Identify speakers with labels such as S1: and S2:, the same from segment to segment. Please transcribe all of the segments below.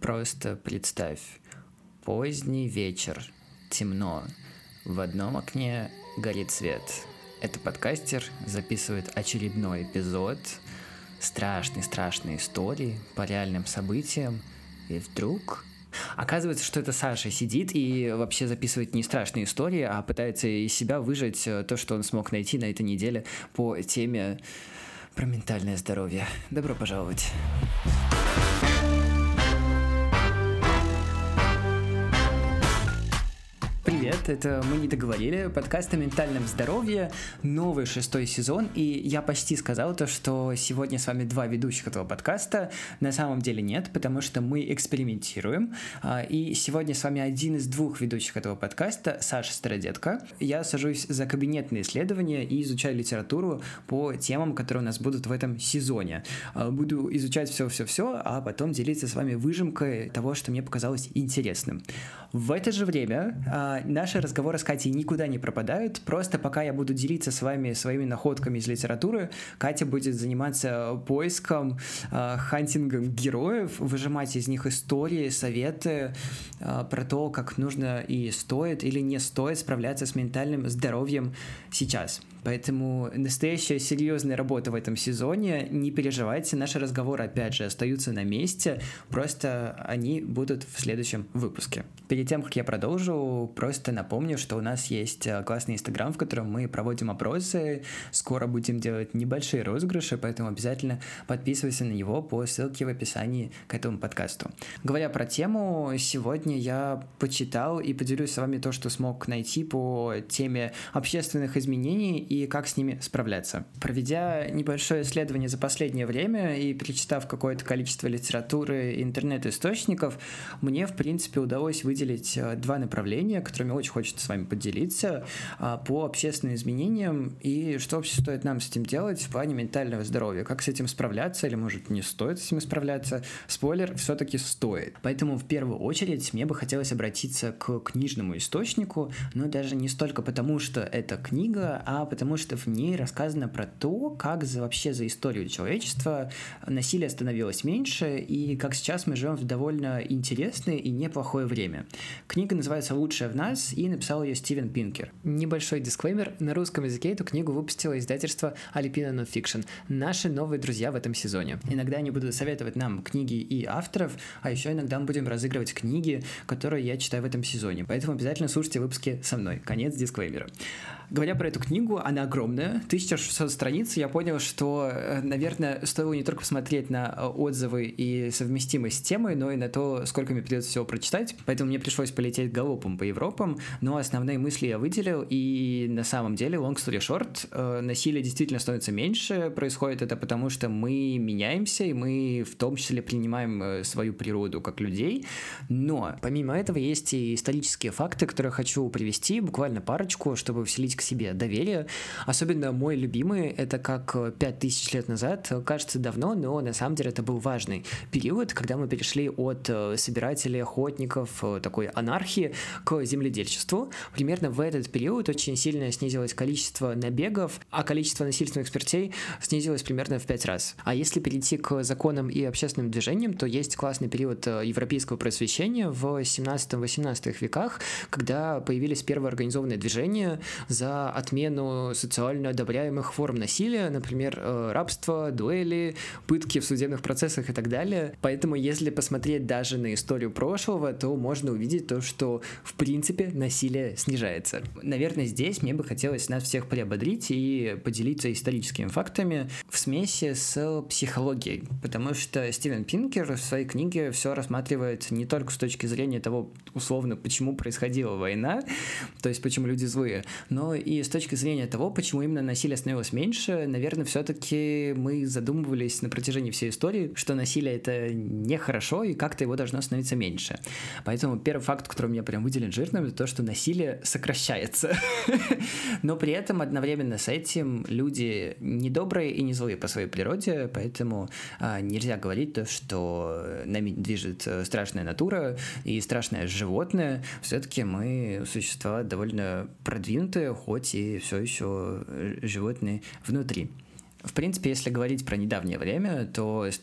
S1: Просто представь, поздний вечер, темно, в одном окне горит свет. Это подкастер записывает очередной эпизод страшной истории по реальным событиям, и вдруг... Оказывается, что это Саша сидит и вообще записывает не страшные истории, а пытается из себя выжать то, что он смог найти на этой неделе по теме про ментальное здоровье. Добро пожаловать! Привет, это «Мы не договорили», подкаст о ментальном здоровье, новый 6-й сезон, и я почти сказал то, что сегодня с вами два ведущих этого подкаста, на самом деле нет, потому что мы экспериментируем, и сегодня с вами один из двух ведущих этого подкаста, Саша Стародетка. Я сажусь за кабинетные исследования и изучаю литературу по темам, которые у нас будут в этом сезоне. Буду изучать все, а потом делиться с вами выжимкой того, что мне показалось интересным. В это же время наши разговоры с Катей никуда не пропадают, просто пока я буду делиться с вами своими находками из литературы, Катя будет заниматься поиском, хантингом героев, выжимать из них истории, советы про то, как нужно и стоит или не стоит справляться с ментальным здоровьем сейчас. Поэтому настоящая серьезная работа в этом сезоне. Не переживайте, наши разговоры опять же остаются на месте, просто они будут в следующем выпуске. Перед тем, как я продолжу, просто напомню, что у нас есть классный Инстаграм, в котором мы проводим опросы. Скоро будем делать небольшие розыгрыши, поэтому обязательно подписывайся на него по ссылке в описании к этому подкасту. Говоря про тему, сегодня я почитал и поделюсь с вами то, что смог найти по теме общественных изменений и как с ними справляться. Проведя небольшое исследование за последнее время и перечитав какое-то количество литературы и интернет-источников, мне, в принципе, удалось выделить два направления, которыми очень хочется с вами поделиться, по общественным изменениям и что вообще стоит нам с этим делать в плане ментального здоровья. Как с этим справляться или, может, не стоит с этим справляться. Спойлер, все-таки стоит. Поэтому в первую очередь мне бы хотелось обратиться к книжному источнику, но даже не столько потому, что это книга, а потому что в ней рассказано про то, как вообще за историю человечества насилие становилось меньше и как сейчас мы живем в довольно интересное и неплохое время. Книга называется «Лучшее в нас» и написал ее Стивен Пинкер. Небольшой дисклеймер, на русском языке эту книгу выпустило издательство Alipina Nonfiction, наши новые друзья в этом сезоне. Иногда они будут советовать нам книги и авторов, а еще иногда мы будем разыгрывать книги, которые я читаю в этом сезоне, поэтому обязательно слушайте выпуски со мной. Конец дисклеймера. Говоря про эту книгу, она огромная, 1600 страниц, я понял, что, наверное, стоило не только посмотреть на отзывы и совместимость с темой, но и на то, сколько мне придется всего прочитать, поэтому мне пришлось полететь галопом по Европам, но основные мысли я выделил, и на самом деле, long story short, насилие действительно становится меньше, происходит это потому, что мы меняемся, и мы в том числе принимаем свою природу как людей, но помимо этого есть и исторические факты, которые хочу привести, буквально парочку, чтобы вселить к себе доверие. Особенно мой любимый, это как 5000 лет назад, кажется давно, но на самом деле это был важный период, когда мы перешли от собирателей, охотников, такой анархии к земледельчеству. Примерно в этот период очень сильно снизилось количество набегов, а количество насильственных смертей снизилось примерно в 5 раз. А если перейти к законам и общественным движениям, то есть классный период европейского просвещения в 17-18 веках, когда появились первые организованные движения за отмену социально одобряемых форм насилия, например, рабство, дуэли, пытки в судебных процессах и так далее. Поэтому, если посмотреть даже на историю прошлого, то можно увидеть то, что, в принципе, насилие снижается. Наверное, здесь мне бы хотелось нас всех приободрить и поделиться историческими фактами в смеси с психологией, потому что Стивен Пинкер в своей книге все рассматривает не только с точки зрения того, условно, почему происходила война, то есть почему люди злые, но и с точки зрения того, почему именно насилие становилось меньше. Наверное, все-таки мы задумывались на протяжении всей истории, что насилие — это нехорошо, и как-то его должно становиться меньше. Поэтому первый факт, который у меня прям выделен жирным, это то, что насилие сокращается. Но при этом одновременно с этим люди не добрые и не злые по своей природе, поэтому нельзя говорить то, что нами движет страшная натура и страшное животное. Все-таки мы существа довольно продвинутые, хоть и все еще животные внутри. В принципе, если говорить про недавнее время, то с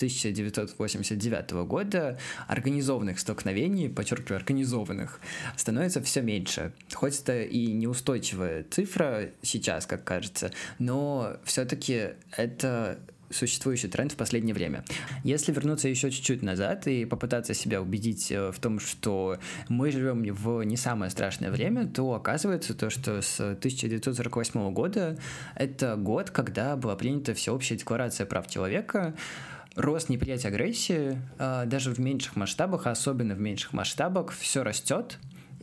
S1: 1989 года организованных столкновений, подчеркиваю, организованных, становится все меньше. Хоть это и неустойчивая цифра сейчас, как кажется, но все-таки это существующий тренд в последнее время. Если вернуться еще чуть-чуть назад и попытаться себя убедить в том, что мы живем в не самое страшное время, то оказывается то, что с 1948 года это год, когда была принята Всеобщая декларация прав человека. Рост неприятия агрессии, даже в меньших масштабах, а особенно в меньших масштабах, все растет.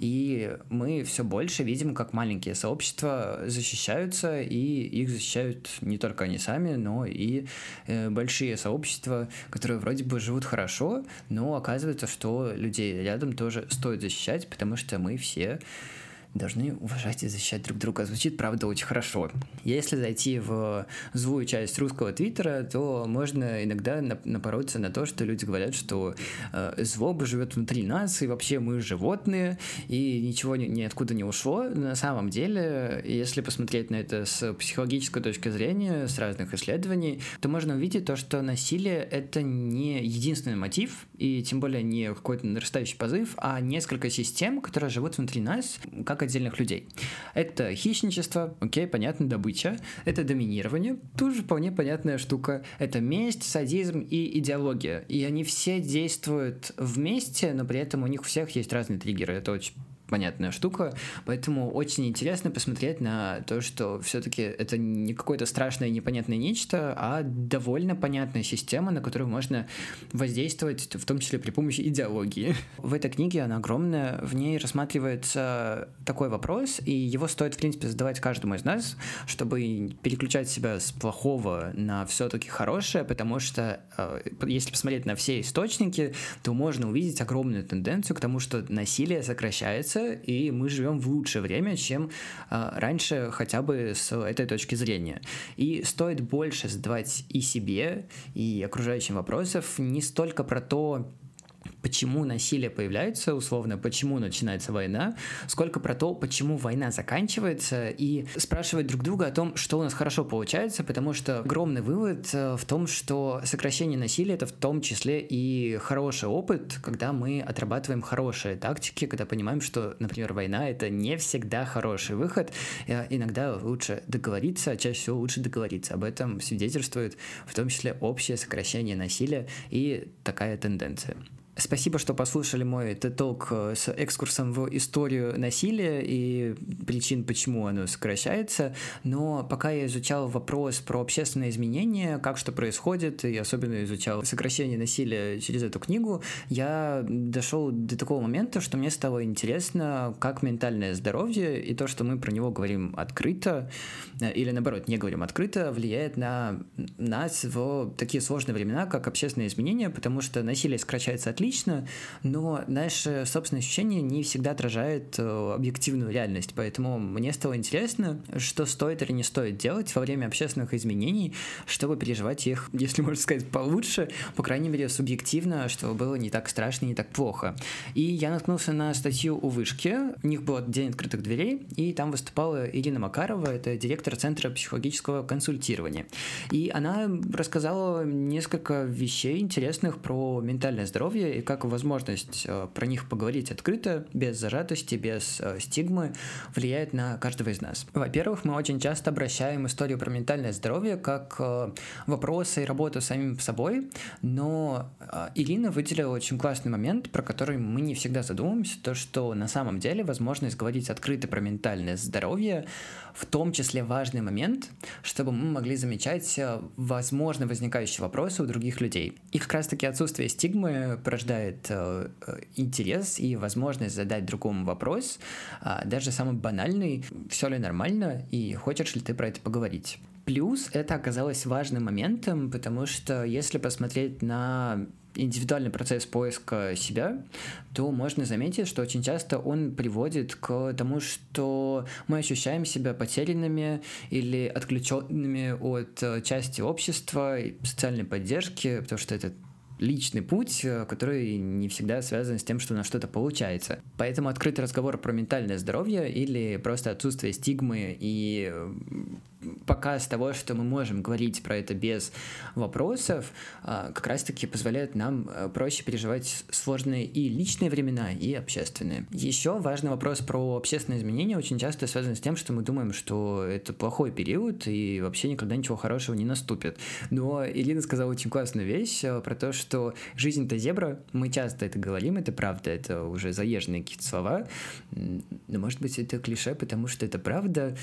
S1: И мы все больше видим, как маленькие сообщества защищаются, и их защищают не только они сами, но и большие сообщества, которые вроде бы живут хорошо, но оказывается, что людей рядом тоже стоит защищать, потому что мы все должны уважать и защищать друг друга. Звучит, правда, очень хорошо. Если зайти в злую часть русского твиттера, то можно иногда напороться на то, что люди говорят, что зло живет внутри нас, и вообще мы животные, и ничего ниоткуда не ушло. Но на самом деле, если посмотреть на это с психологической точки зрения, с разных исследований, то можно увидеть то, что насилие — это не единственный мотив, и тем более не какой-то нарастающий позыв, а несколько систем, которые живут внутри нас, как отдельных людей. Это хищничество, окей, понятно, добыча. Это доминирование, тоже вполне понятная штука. Это месть, садизм и идеология. И они все действуют вместе, но при этом у них у всех есть разные триггеры. Это очень понятная штука, поэтому очень интересно посмотреть на то, что все-таки это не какое-то страшное непонятное нечто, а довольно понятная система, на которую можно воздействовать, в том числе при помощи идеологии. В этой книге, она огромная, в ней рассматривается такой вопрос, и его стоит, в принципе, задавать каждому из нас, чтобы переключать себя с плохого на все-таки хорошее, потому что если посмотреть на все источники, то можно увидеть огромную тенденцию к тому, что насилие сокращается, и мы живем в лучшее время, чем раньше, хотя бы с этой точки зрения. И стоит больше задавать и себе, и окружающим вопросов не столько про то, почему насилие появляется, условно, почему начинается война, сколько про то, почему война заканчивается, и спрашивать друг друга о том, что у нас хорошо получается, потому что огромный вывод в том, что сокращение насилия — это в том числе и хороший опыт, когда мы отрабатываем хорошие тактики, когда понимаем, что, например, война — это не всегда хороший выход, иногда лучше договориться, а чаще всего лучше договориться. Об этом свидетельствует в том числе общее сокращение насилия и такая тенденция. Спасибо, что послушали мой TED-Talk с экскурсом в историю насилия и причин, почему оно сокращается. Но пока я изучал вопрос про общественные изменения, как что происходит, и особенно изучал сокращение насилия через эту книгу, я дошел до такого момента, что мне стало интересно, как ментальное здоровье и то, что мы про него говорим открыто, или наоборот, не говорим открыто, влияет на нас в такие сложные времена, как общественные изменения, потому что насилие сокращается отлично, но наше собственное ощущение не всегда отражает объективную реальность, поэтому мне стало интересно, что стоит или не стоит делать во время общественных изменений, чтобы переживать их, если можно сказать, получше, по крайней мере, субъективно, чтобы было не так страшно, не так плохо. И я наткнулся на статью у Вышки, у них был День открытых дверей, и там выступала Ирина Макарова, это директор Центра психологического консультирования. И она рассказала несколько вещей интересных про ментальное здоровье и как возможность про них поговорить открыто, без зажатости, без стигмы, влияет на каждого из нас. Во-первых, мы очень часто обращаем историю про ментальное здоровье как вопросы и работу с самим собой, но Ирина выделила очень классный момент, про который мы не всегда задумываемся, то, что на самом деле возможность говорить открыто про ментальное здоровье в том числе важный момент, чтобы мы могли замечать возможно возникающие вопросы у других людей. И как раз-таки отсутствие стигмы порождает интерес и возможность задать другому вопрос, даже самый банальный, все ли нормально и хочешь ли ты про это поговорить. Плюс это оказалось важным моментом, потому что если посмотреть на индивидуальный процесс поиска себя, то можно заметить, что очень часто он приводит к тому, что мы ощущаем себя потерянными или отключенными от части общества и социальной поддержки, потому что это личный путь, который не всегда связан с тем, что у нас что-то получается. Поэтому открытый разговор про ментальное здоровье или просто отсутствие стигмы и показ того, что мы можем говорить про это без вопросов, как раз-таки позволяет нам проще переживать сложные и личные времена, и общественные. Еще важный вопрос про общественные изменения очень часто связан с тем, что мы думаем, что это плохой период, и вообще никогда ничего хорошего не наступит. Но Элина сказала очень классную вещь про то, что жизнь-то зебра, мы часто это говорим, это правда, это уже заезженные какие-то слова, но, может быть, это клише, потому что это правда,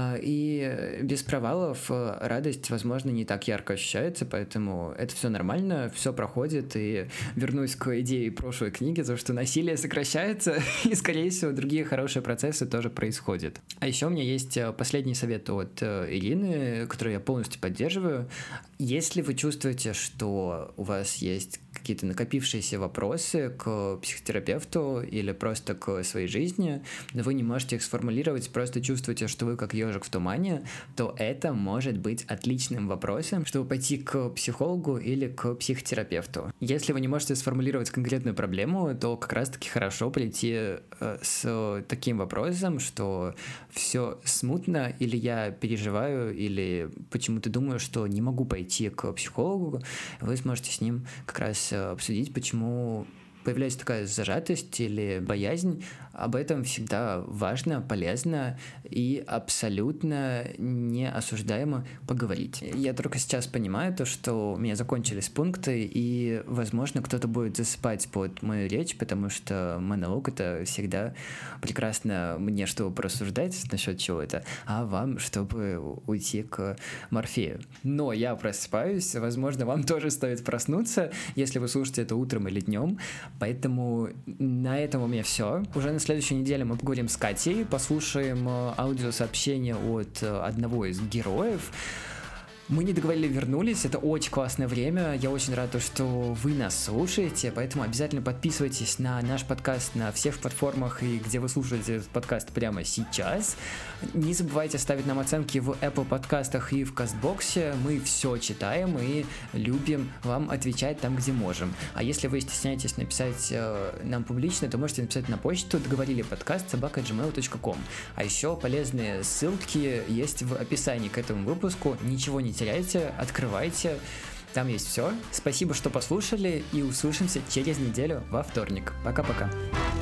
S1: и без провалов радость, возможно, не так ярко ощущается, поэтому это все нормально, все проходит, и вернусь к идее прошлой книги, то, что насилие сокращается, и, скорее всего, другие хорошие процессы тоже происходят. А еще у меня есть последний совет от Ирины, который я полностью поддерживаю. Если вы чувствуете, что у вас есть какие-то накопившиеся вопросы к психотерапевту или просто к своей жизни, но вы не можете их сформулировать, просто чувствуете, что вы как ежик в тумане, то это может быть отличным вопросом, чтобы пойти к психологу или к психотерапевту. Если вы не можете сформулировать конкретную проблему, то как раз-таки хорошо прийти с таким вопросом, что все смутно, или я переживаю, или почему-то думаю, что не могу пойти к психологу, вы сможете с ним как раз обсудить, почему появляется такая зажатость или боязнь. Об этом всегда важно, полезно и абсолютно неосуждаемо поговорить. Я только сейчас понимаю то, что у меня закончились пункты, и, возможно, кто-то будет засыпать под мою речь, потому что монолог — это всегда прекрасно мне, чтобы порассуждать насчет чего-то, а вам, чтобы уйти к Морфею. Но я просыпаюсь, возможно, вам тоже стоит проснуться, если вы слушаете это утром или днем. Поэтому на этом у меня все. Уже на следующей неделе мы поговорим с Катей, послушаем аудиосообщение от одного из героев. Мы не договорили, вернулись, это очень классное время, я очень рад, что вы нас слушаете, поэтому обязательно подписывайтесь на наш подкаст на всех платформах и где вы слушаете этот подкаст прямо сейчас. Не забывайте ставить нам оценки в Apple подкастах и в Кастбоксе, мы все читаем и любим вам отвечать там, где можем. А если вы стесняетесь написать нам публично, то можете написать на почту договорили-подкаст@gmail.com. А еще полезные ссылки есть в описании к этому выпуску, ничего не теряйте, открывайте, там есть все. Спасибо, что послушали, и услышимся через неделю во вторник. Пока-пока.